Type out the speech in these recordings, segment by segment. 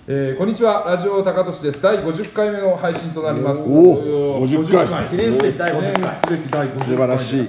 こんにちは、ラジオ高俊です。第50回目の配信となります。 おお、50回記念すべき第50回。 素晴らしい。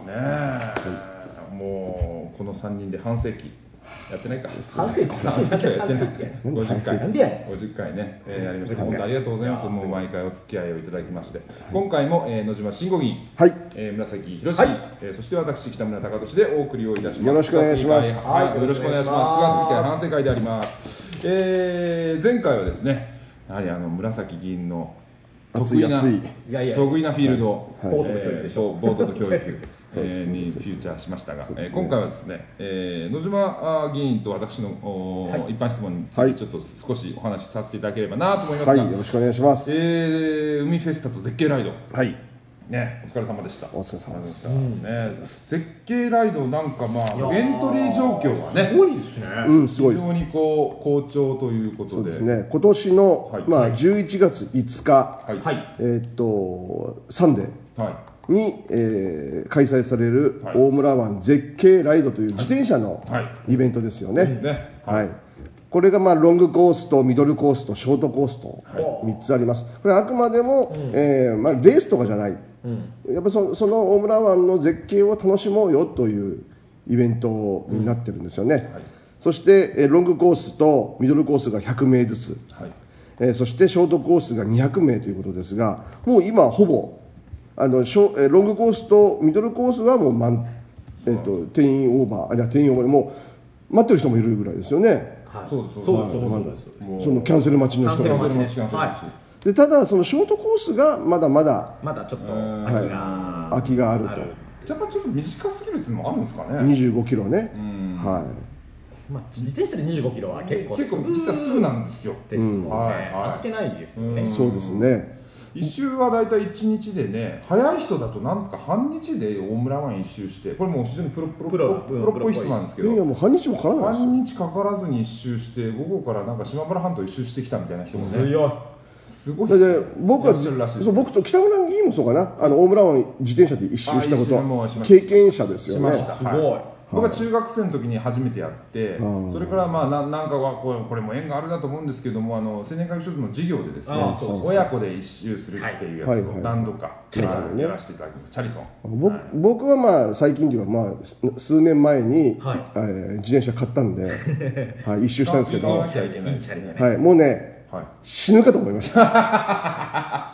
もうこの3人で半世紀やってないか。 半世紀やってない。50回。 なんでやねん。 50回ね、やりました。本当ありがとうございます。もう毎回お付き合いをいただきまして、今回も野島慎吾議員、紫弘氏、そして私北村貴俊でお送りをいたします。 よろしくお願いします。 はい、よろしくお願いします。9月会反省会であります。前回はですね、やはり紫議員の得意なフィールド、 ボートと教育にフューチャーしましたが、今回はですね、野島議員と私の一般質問についてちょっと少しお話しさせていただければなと思いますが、 よろしくお願いします。 海フェスタと絶景ライド、ね、お疲れ様でした。 お疲れ様です。 絶景ライドなんかエントリー状況はね、 すごいですね。 非常に好調ということで、 今年の11月5日、サンデーに開催される大村湾絶景ライドという自転車のイベントですよね。これがロングコースとミドルコースとショートコースと3つあります。これはあくまでもレースとかじゃない。やっぱその大村湾の絶景を楽しもうよというイベントになってるんですよね。そしてロングコースとミドルコースが100名ずつ、そしてショートコースが200名ということですが、もう今ほぼロングコースとミドルコースはもう定員オーバー、定員オーバーでもう待ってる人もいるぐらいですよね。 そうです。 そのキャンセル待ちの人が。でただそのショートコースがまだちょっと空きがあると。 やっぱちょっと短すぎるっていうのもあるんですかね。 25キロね。 自転車で25キロは結構実はすぐなんですよ。 味気ないですよね。 そうですね。 一周はだいたい1日でね、早い人だとなんか半日で大村湾一周して、これもう非常にプロっぽい人なんですけど、 いやもう半日もかからないですよ。 半日かからずに一周して、午後からなんか島原半島一周してきたみたいな人もね、すごい。 で僕と北村議員もそうかな、大村湾自転車で一周したこと経験者ですよね。 すごい。僕は中学生の時に初めてやって、それからなんかはこれも縁があるなと思うんですけども、青年会所の授業でですね、親子で一周するっていうやつを何度かやらせていただきました。チャリソン。 僕は最近というか数年前に自転車買ったんで一周したんですけど、もうね死ぬかと思いました。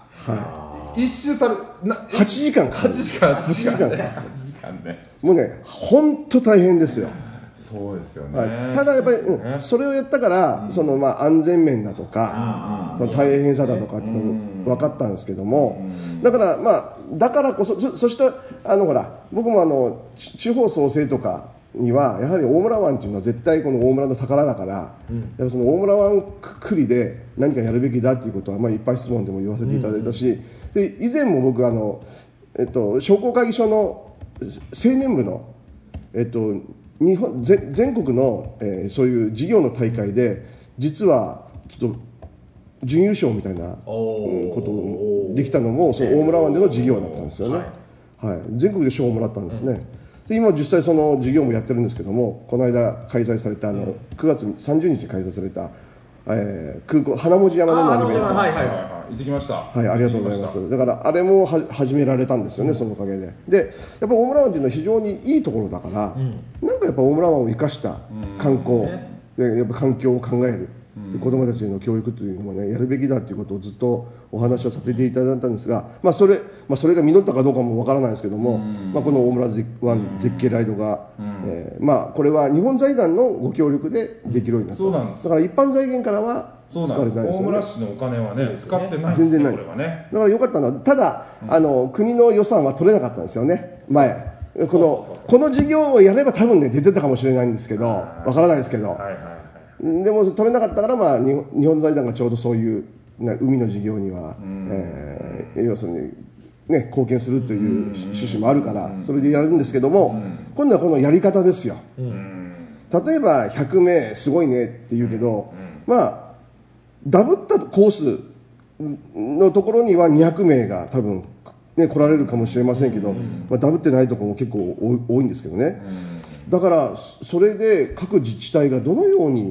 一周され 8時間ね。 もうね本当大変ですよ。 そうですよね。 ただやっぱりそれをやったから安全面だとか大変さだとかっていうの分かったんですけども、だからこそそしてほら僕も地方創生とかにはやはり大村湾っていうのは絶対この大村の宝だから、やっぱその大村湾くくりで何かやるべきだっていうことはいっぱい質問でも言わせていただいたし、で以前も僕商工会議所の青年部の全国のそういう事業の大会で実はちょっと準優勝みたいなことできたのもその大村湾での事業だったんですよね。全国で賞をもらったんですね。で今実際その事業もやってるんですけども、この間開催された9月30日に開催された空港花文字山でのイベント、 行ってきました。 ありがとうございます。だからあれも始められたんですよね、そのおかげで。でやっぱ大村湾というのは非常にいいところだから、なんかやっぱ大村湾を生かした観光でやっぱ環境を考える、子どもたちへの教育というのもねやるべきだということをずっとお話をさせていただいたんですが、それが実ったかどうかもわからないですけども、この大村湾絶景ライドが、これは日本財団のご協力でできるようになった。だから一般財源からは使われてないですよね。 大村市のお金はね使ってないんですよ。 全然ない。 これはね。 だから良かったのは、ただ国の予算は取れなかったんですよね。前この事業をやれば多分ね出てたかもしれないんですけど、わからないですけど。でも取れなかったから日本財団がちょうどそういう海の事業には要するに貢献するという趣旨もあるからそれでやるんですけども、今度はこのやり方ですよ。例えば100名すごいねって言うけど、ダブったコースのところには200名が多分来られるかもしれませんけど、ダブってないところも結構多いんですけどね。だからそれで各自治体がどのように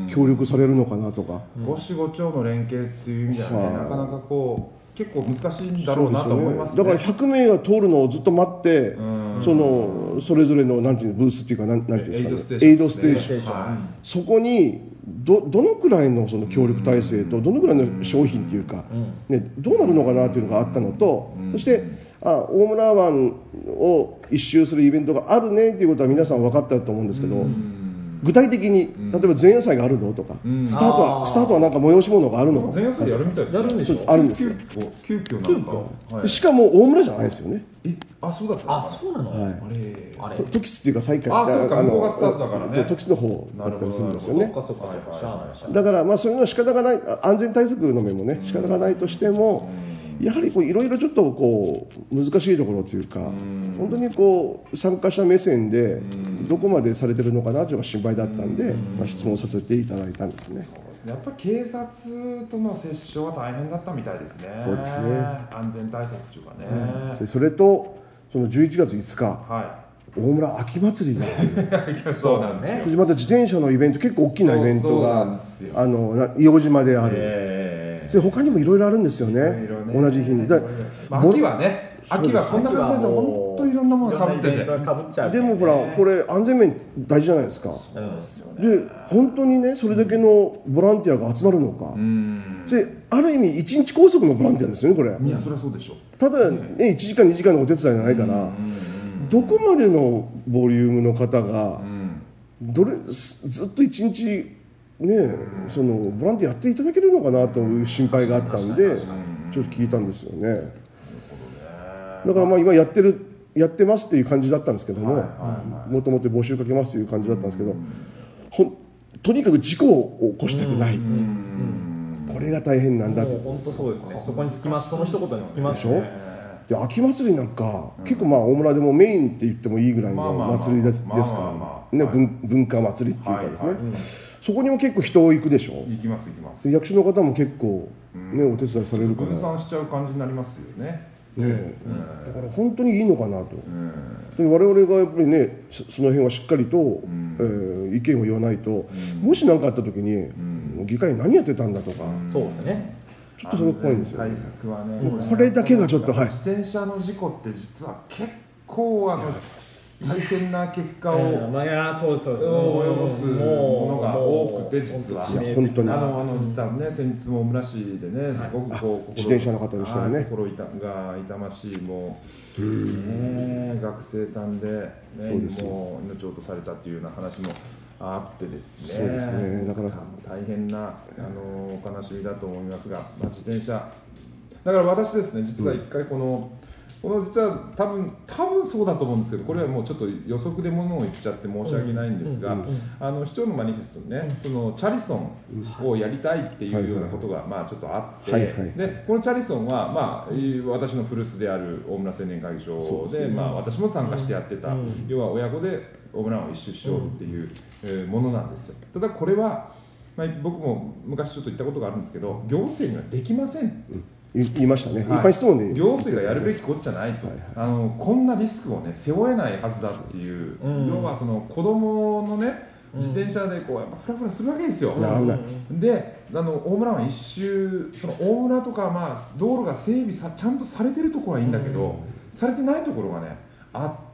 協力されるのかなとか、 五市五町の連携っていう意味ではね、なかなかこう結構難しいんだろうなと思いますね。 だから100名が通るのをずっと待って、それぞれのなんていうブースっていうかなんていうんですかね、エイドステーション、そこにどのくらいのその協力体制とどのくらいの商品っていうか、ね、どうなるのかなっていうのがあったのと、そして大村湾を一周するイベントがあるねっていうことは皆さん分かったと思うんですけど、具体的に例えば前夜祭があるのとか、スタートはなんか催し物があるのか、 前夜祭やるみたいです。 やるんでしょ。 あるんですよ。 急遽なんか、 しかも大村じゃないですよね。 そうだった。 そうなの。 あれ時津っていうか最下位、 そうか、向こうがスタートだからね。 時津の方だったりするんですよね。 そっか。 だからまあそういうのは仕方がない、安全対策の面もね仕方がないとしても、やはりいろいろちょっとこう難しいところというか、本当にこう参加者目線でどこまでされてるのかなというのが心配だったんで、質問させていただいたんですね。 やっぱり警察との接触は大変だったみたいですね。 そうですね。 安全対策というかね。 それとその11月5日、大村秋祭りがある。 そうなんですよ。 また自転車のイベント、結構大きなイベントが硫黄島である。で他にもいろいろあるんですよね。同じ日に。 秋はね、秋はこんな感じですよ。本当いろんなものかぶってて。 でもほらこれ安全面大事じゃないですか。で本当にねそれだけのボランティアが集まるのか。である意味一日拘束のボランティアですよねこれ。 いやそれはそうでしょう。 ただね1時間2時間のお手伝いじゃないから、どこまでのボリュームの方がずっと一日ね、そのボランティアやっていただけるのかなという心配があったんでちょっと聞いたんですよね。だからまあ今やってますっていう感じだったんですけども、もともと募集かけますという感じだったんですけど、とにかく事故を起こしたくない、これが大変なんだと。 本当そうですね。そこにつきます、その一言につきますでしょ。 で秋祭りなんか、結構まあ大村でもメインって言ってもいいぐらいの祭りですからね、文化祭りっていうかですね、そこにも結構人行くでしょ。 行きます。 役所の方も結構ね、お手伝いされるから分散しちゃう感じになりますよね。 だから本当にいいのかなと。我々がやっぱりねその辺はしっかりと意見を言わないと、もし何かあった時に議会何やってたんだとか。 そうですね。 ちょっとそれ怖いんですよ。 対策はね。 これだけがちょっと自転車の事故って実は結構大変な結果を及ぼすものが多くて、実は本当に実はね先日も大村市でねすごくこう自転車の方でしたよね。 心が痛ましいもう学生さんでねもう命を落とされたっていうような話もあってですね。 そうですね。だから大変なお悲しみだと思いますが、自転車だから私ですね、実は一回この実は多分そうだと思うんですけど、これはもうちょっと予測で物を言っちゃって申し訳ないんですが、市長のマニフェストにね、そのチャリソンをやりたいっていうようなことがちょっとあって、でこのチャリソンは私の古巣である大村青年会議所で私も参加してやってた、要は親子で大村湾を一周しようっていうものなんですよ。ただこれは僕も昔ちょっと言ったことがあるんですけど、行政にはできません。 言いましたね、いっぱい質問で行政がやるべきこっちゃないと、こんなリスクをね背負えないはずだっていう、要はその子供のね自転車でこうやっぱフラフラするわけですよ。で大村湾一周、その大村とか道路が整備ちゃんとされてるところはいいんだけど、されてないところがねあって。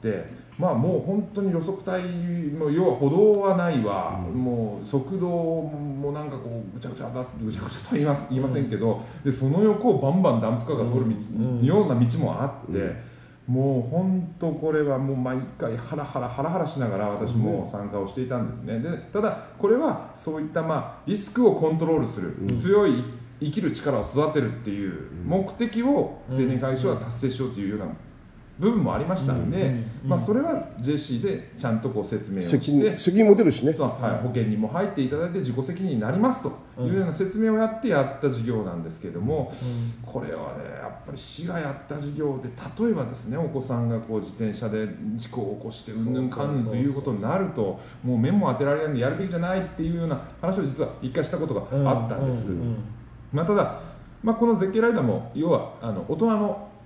もう本当に路側帯も要は歩道はないわ、もう速度もなんかこうぐちゃぐちゃとは言いませんけど、でその横をバンバンダンプカーが通るような道もあって、もう本当これはもう毎回ハラハラしながら私も参加をしていたんですね。でただこれはそういったリスクをコントロールする、強い生きる力を育てるっていう目的を青年会議所は達成しようというような部分もありましたので、それは JC でちゃんと説明をして責任も出るしね、 保険にも入っていただいて自己責任になりますというような説明をやった事業なんですけれども、これはねやっぱり市がやった事業で、例えばですねお子さんが自転車で事故を起こしてうんぬんかんぬんということになると、もう目も当てられないんでやるべきじゃないっていうような話を実は一回したことがあったんです。ただこの絶景ライダーも要は大人の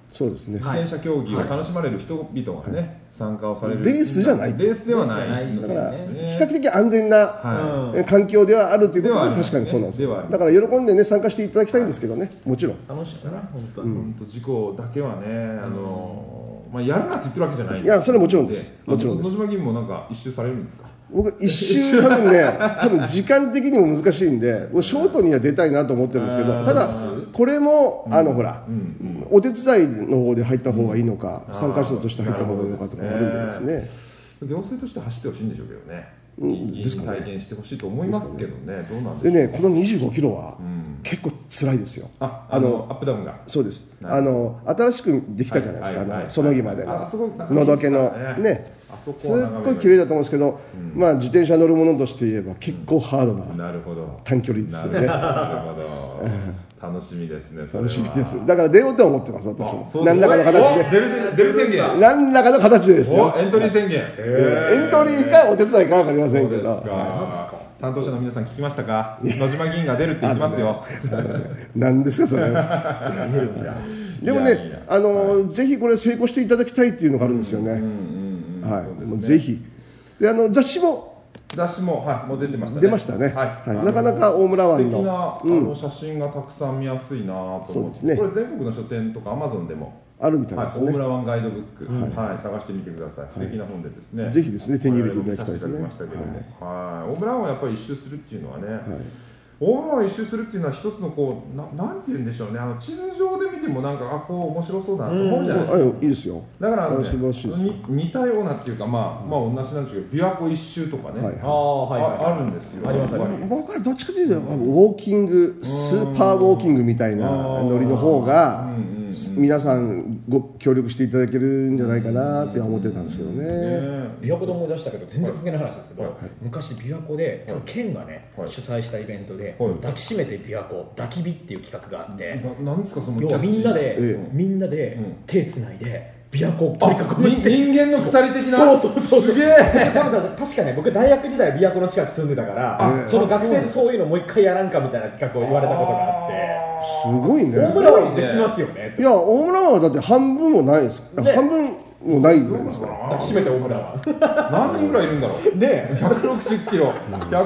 そうですね、 自転車競技を楽しまれる人々がね、参加をされるレースじゃない、 レースではないだから比較的安全な環境ではあるということは確かにそうなんですよ。だから喜んでね参加していただきたいんですけどね、もちろん楽しいな本当事故だけはねまあやるなって言ってるわけじゃないんで、 いやそれはもちろんです。もちろんです。 野島議員もなんか一周されるんですか？ 僕一周多分時間的にも難しいんで、ショートには出たいなと思ってるんですけど、ただこれもほらお手伝いの方で入った方がいいのか、参加者として入った方がいいのかとかあるんでですね。 行政として走ってほしいんでしょうけどね。ですかね。体験してほしいと思いますけどね。どうなんでね、この25キロは結構辛いですよ。 アップダウンが。 そうです。新しくできたじゃないですか。その木までののどけのね。すっごい綺麗だと思うんですけど、まあ自転車乗るものとして言えば結構ハードな短距離ですよね。 なるほど。楽しみですね。 楽しみです。だから出ようと思ってます私も。何らかの形で。 出る宣言。 何らかの形でですよ。 エントリー宣言。 エントリーかお手伝いかわかりませんけど。 担当者の皆さん聞きましたか？野島議員が出るって言ってますよ。 何ですかそれ。でもね、ぜひこれ成功していただきたいっていうのがあるんですよね。はい、もうぜひ。で雑誌ももう出てましたね。 出ましたね。はい。なかなか大村湾の素敵な写真がたくさん見やすいなと思って。これ全国の書店とか Amazon でもあるみたいですね。 大村湾ガイドブック、探してみてください。素敵な本でですね。 ぜひですね手に入れていただきたいですね。 大村湾をやっぱり一周するっていうのはね。大村湾一周するっていうのは一つのこうなんて言うんでしょうね、地図上で見てもなんかこう面白そうだなと思うじゃないですか。 いいですよ。 だから似たようなっていうかまあ同じなんですけど琵琶湖一周とかねあるんですよ。 僕はどっちかというとウォーキングスーパーウォーキングみたいなノリの方が皆さんご協力していただけるんじゃないかなって思ってたんですけどね。 琵琶湖で思い出したけど全然関係ない話ですけど、昔琵琶湖で県がね主催したイベントで抱きしめて琵琶湖抱き火っていう企画があって、 なんですかその要はみんなで手つないで琵琶湖を取り囲むって人間の鎖的な。 そうすげえ。 確かね僕大学時代琵琶湖の近く住んでたからその学生でそういうのもう一回やらんかみたいな企画を言われたことがあって。 すごいね。 大村湾できますよね。 いや大村湾はだって半分もないです。半分もないぐらいですから。 抱きしめて大村湾。 何人ぐらいいるんだろう。 ね、 160キロが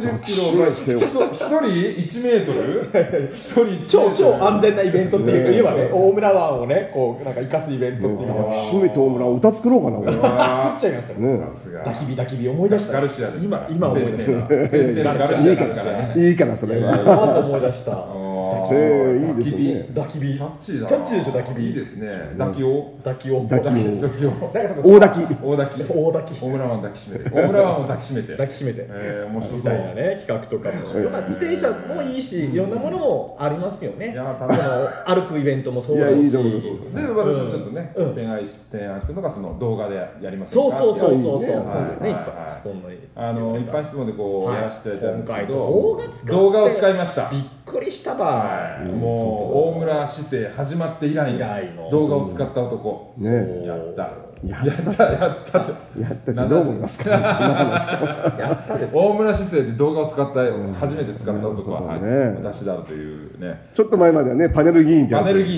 1人1メートル1人超安全なイベントっていうか、要はね大村湾をねこうなんか生かすイベントっていうのは。 抱きしめて大村湾歌作ろうかな。 作っちゃいましたね。抱き火思い出した。 ガルシアです。 今思い出した。 いいからそれは。 まず思い出した。 いいですね。 抱き火。キャッチでしょ抱き火。 いいですね。抱きを。 大滝。 大村湾抱きしめて。大村湾を抱きしめて。 抱きしめて。 面白そう。 みたいなね企画とかも。自転車もいいし、いろんなものもありますよね。歩くイベントもそうだし。 いいと思います。 で私もちょっとね提案してるのがその動画でやりますか。 そう。ね一般質問でこうやらせていただいたんですけど、 動画を使いました。 びっくりしたば。 もう大村市政始まって以来の動画を使った男。やったってどう思いますか。 大村市政で動画を使った初めて使った男は私だというね。 ちょっと前まではねパネル議員とパネル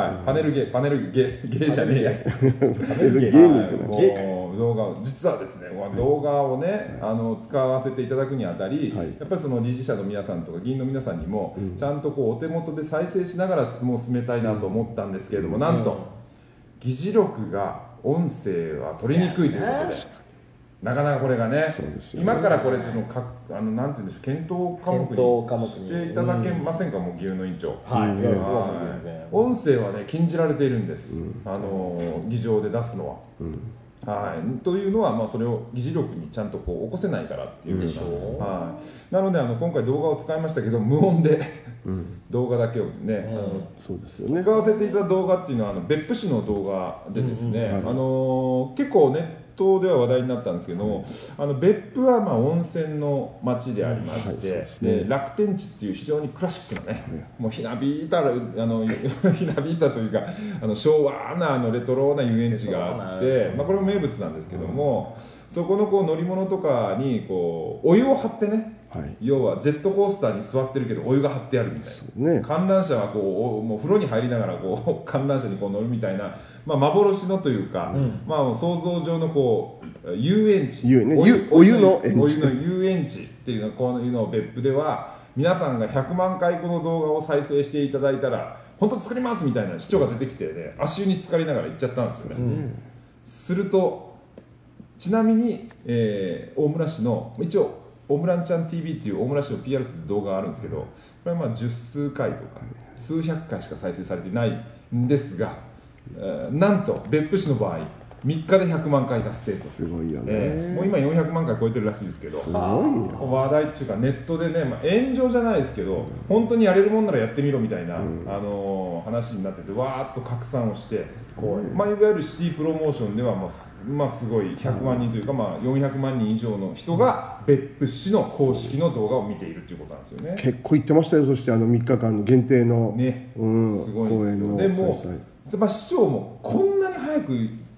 芸じゃねえや。 パネル芸人って動画実はですね動画をね使わせていただくにあたりやっぱりその理事者の皆さんとか議員の皆さんにもちゃんとこうお手元で再生しながら質問を進めたいなと思ったんですけれども、なんと議事録が音声は取りにくいということで、なかなかこれがね、今からこれちょっとなんていうんでしょう、検討科目にしていただけませんか、もう議運の委員長。音声はね禁じられているんです、議場で出すのは。というのは、それを議事録にちゃんとこう起こせないからっていうのが、なので今回動画を使いましたけど無音で動画だけをね使わせていた動画っていうのは別府市の動画でですね、結構ネットでは話題になったんですけども、別府は温泉の町でありまして、で楽天地っていう非常にクラシックなね、もうひなびいたというか昭和なレトロな遊園地があって、これも名物なんですけども、そこのこう乗り物とかにこうお湯を張ってね要はジェットコースターに座ってるけどお湯が張ってあるみたいな、観覧車はこうもう風呂に入りながらこう観覧車にこう乗るみたいな、幻のというか、想像上のこう遊園地、 お湯の遊園地っていうのこういうのを別府では皆さんが100万回この動画を再生していただいたら本当作りますみたいな市長が出てきてね、足湯に浸かりながら行っちゃったんですよね。するとちなみに、大村市の一応オムランちゃん TV っていう大村市を PR する動画があるんですけど、これは10数回とか数百回しか再生されていないんですが、なんと別府市の場合3日で100万回達成と。 すごいよね。 もう今400万回超えてるらしいですけど、すごいよ。話題っていうかネットでね、炎上じゃないですけど、本当にやれるもんならやってみろみたいな、話になっててわーっと拡散をして、いわゆるシティプロモーションではすごい100万人というか、400万人以上の人が別府市の公式の動画を見ているっていうことなんですよね。 結構言ってましたよ。そして3日間の限定の、 すごいんですよ。でも市長もこんなに早く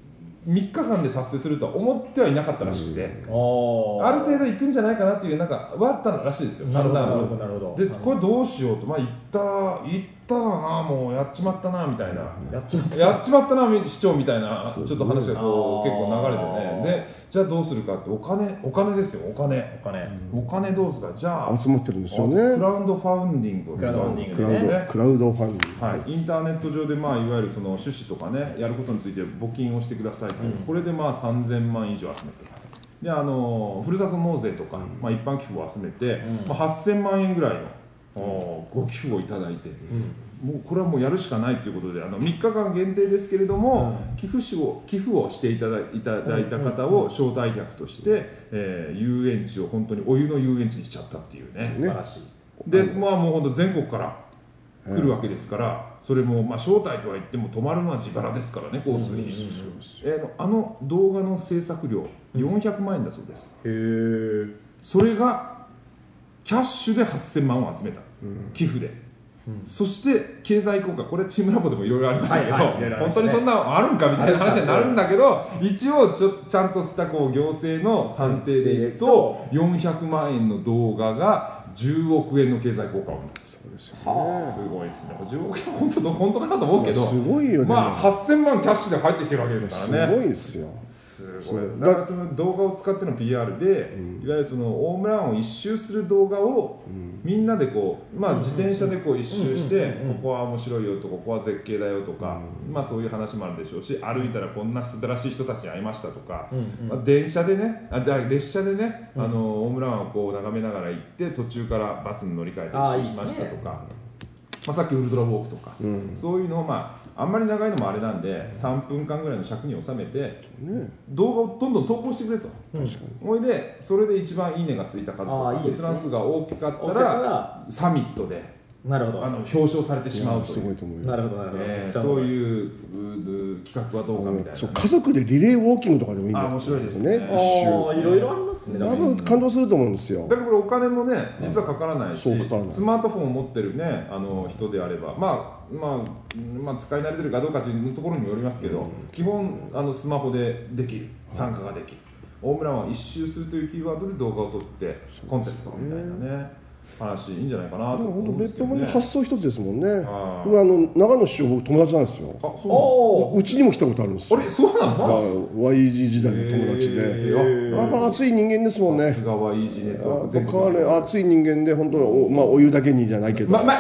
3日間で達成するとは思ってはいなかったらしくて、ある程度いくんじゃないかなっていうはあったらしいですよ。 なるほど。 でこれどうしようと、行ったらな、もうやっちまったなみたいな、やっちまったな市長みたいなちょっと話がこう結構流れてね、でじゃあどうするかってお金ですよ。お金どうするか、じゃあ集まってるんですよね。 クラウドファウンディングを使う、 クラウドファウンディング、インターネット上でいわゆるその趣旨とかね、やることについて募金をしてくださいと、これで3000万以上集めて、でふるさと納税とか、一般寄付を集めて、8000万円ぐらいのご寄付をいただいて、もうこれはもうやるしかないということで、3日間限定ですけれども、寄付をしていただいた方を招待客として、遊園地を本当にお湯の遊園地にしちゃったっていうね。 素晴らしい。 でもう本当全国から来るわけですから、それも招待とは言っても泊まるのは自腹ですからね、交通費。動画の制作料400万円だそうです。それがキャッシュで8000万を集めた、寄付で。そして経済効果、これチームラボでもいろいろありましたけど、本当にそんなあるんかみたいな話になるんだけど、一応ちゃんとした行政の算定でいくと400万円の動画が10億円の経済効果を生んだ。そうですよね。すごいですね。10億円本当かなと思うけど、 すごいよね。 8000万キャッシュで入ってきてるわけですからね。 すごいですよ。 すごい。だからその動画を使っての PR で、いわゆるその大村湾を一周する動画をみんなでこう、自転車でこう一周して、ここは面白いよとか、ここは絶景だよとか、そういう話もあるでしょうし、歩いたらこんな素晴らしい人たちに会いましたとか、電車でね、列車でね、大村湾をこう眺めながら行って途中からバスに乗り換えて一周しましたとか、さっきウルトラウォークとか、そういうのをあんまり長いのもあれなんで3分間ぐらいの尺に収めて、動画をどんどん投稿してくれと。それでそれで一番いいねがついた数とか閲覧数が大きかったらサミットで表彰されてしまうという、そういう企画はどうかみたいな。 家族でリレーウォーキングとかでもいいんだよ。 面白いですね。 いろいろありますね。 多分感動すると思うんですよ。 だからこれお金もね実はかからないし、スマートフォンを持ってるね人であれば使い慣れてるかどうかというところにもよりますけど、基本スマホでできる、参加ができる。大村湾を一周するというキーワードで動画を撮ってコンテストみたいなね話いいんじゃないかなと思うんですけどね。 別府も発想一つですもんね。長野市長僕友達なんですよ。うちにも来たことあるんですよ。 あれそうなんですか。 YG 時代の友達で、やっぱ熱い人間ですもんね。 さすが YG ネットワーク。 僕はね熱い人間で本当お湯だけにじゃないけど。うまい。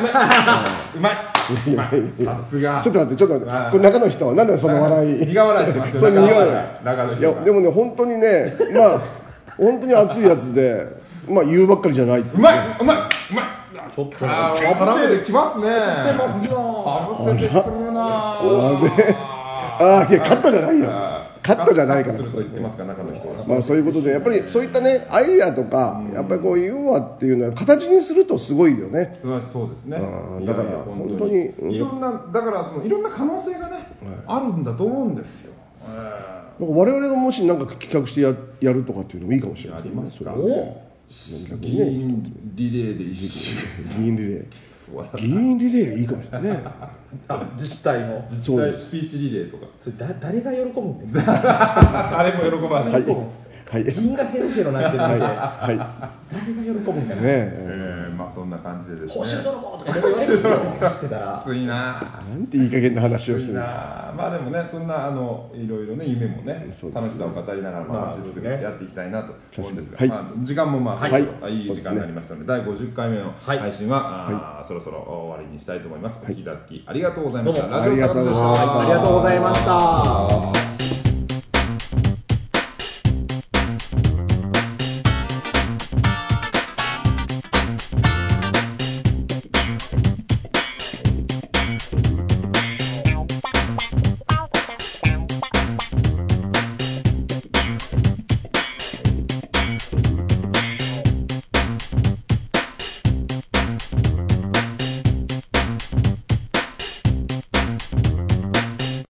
さすが。 ちょっと待ってこれ中の人はなんでその笑い。 苦笑いしてますよ。 苦笑い。いやでもね本当にね本当に熱いやつで。言うばっかりじゃない。うまい。 ちょっと絡めてきますね。かぶせてくるな。 いやカットじゃないよ。カットじゃないから。 すると言ってますか中の人は。 そういうことでやっぱりそういったねアイデアとかやっぱりこうユーモアっていうのは形にするとすごいよね。 そうですね。 だから本当にいろんないろんな可能性がねあるんだと思うんですよ。 我々がもし何か企画してやるとかっていうのもいいかもしれない。 ありますか。議員リレーで一周。 議員リレーいいかもしれないね。 自治体のスピーチリレーとか。 それ誰が喜ぶんですか。 誰も喜ばない。 銀がヘロヘロなってるので、誰が喜ぶんかな。 まあそんな感じでですね。 星泥棒とか言われるんですよ。してたら。 きついな。 なんていい加減な話をしてる。 まあでもね、そんないろいろね夢もね、楽しさを語りながら街づくりやっていきたいなと思うんですが、時間もまあそろそろいい時間になりましたので、第50回目の配信はそろそろ終わりにしたいと思います。お聞きいただきありがとうございました。ラジオタカでした。 ありがとうございました。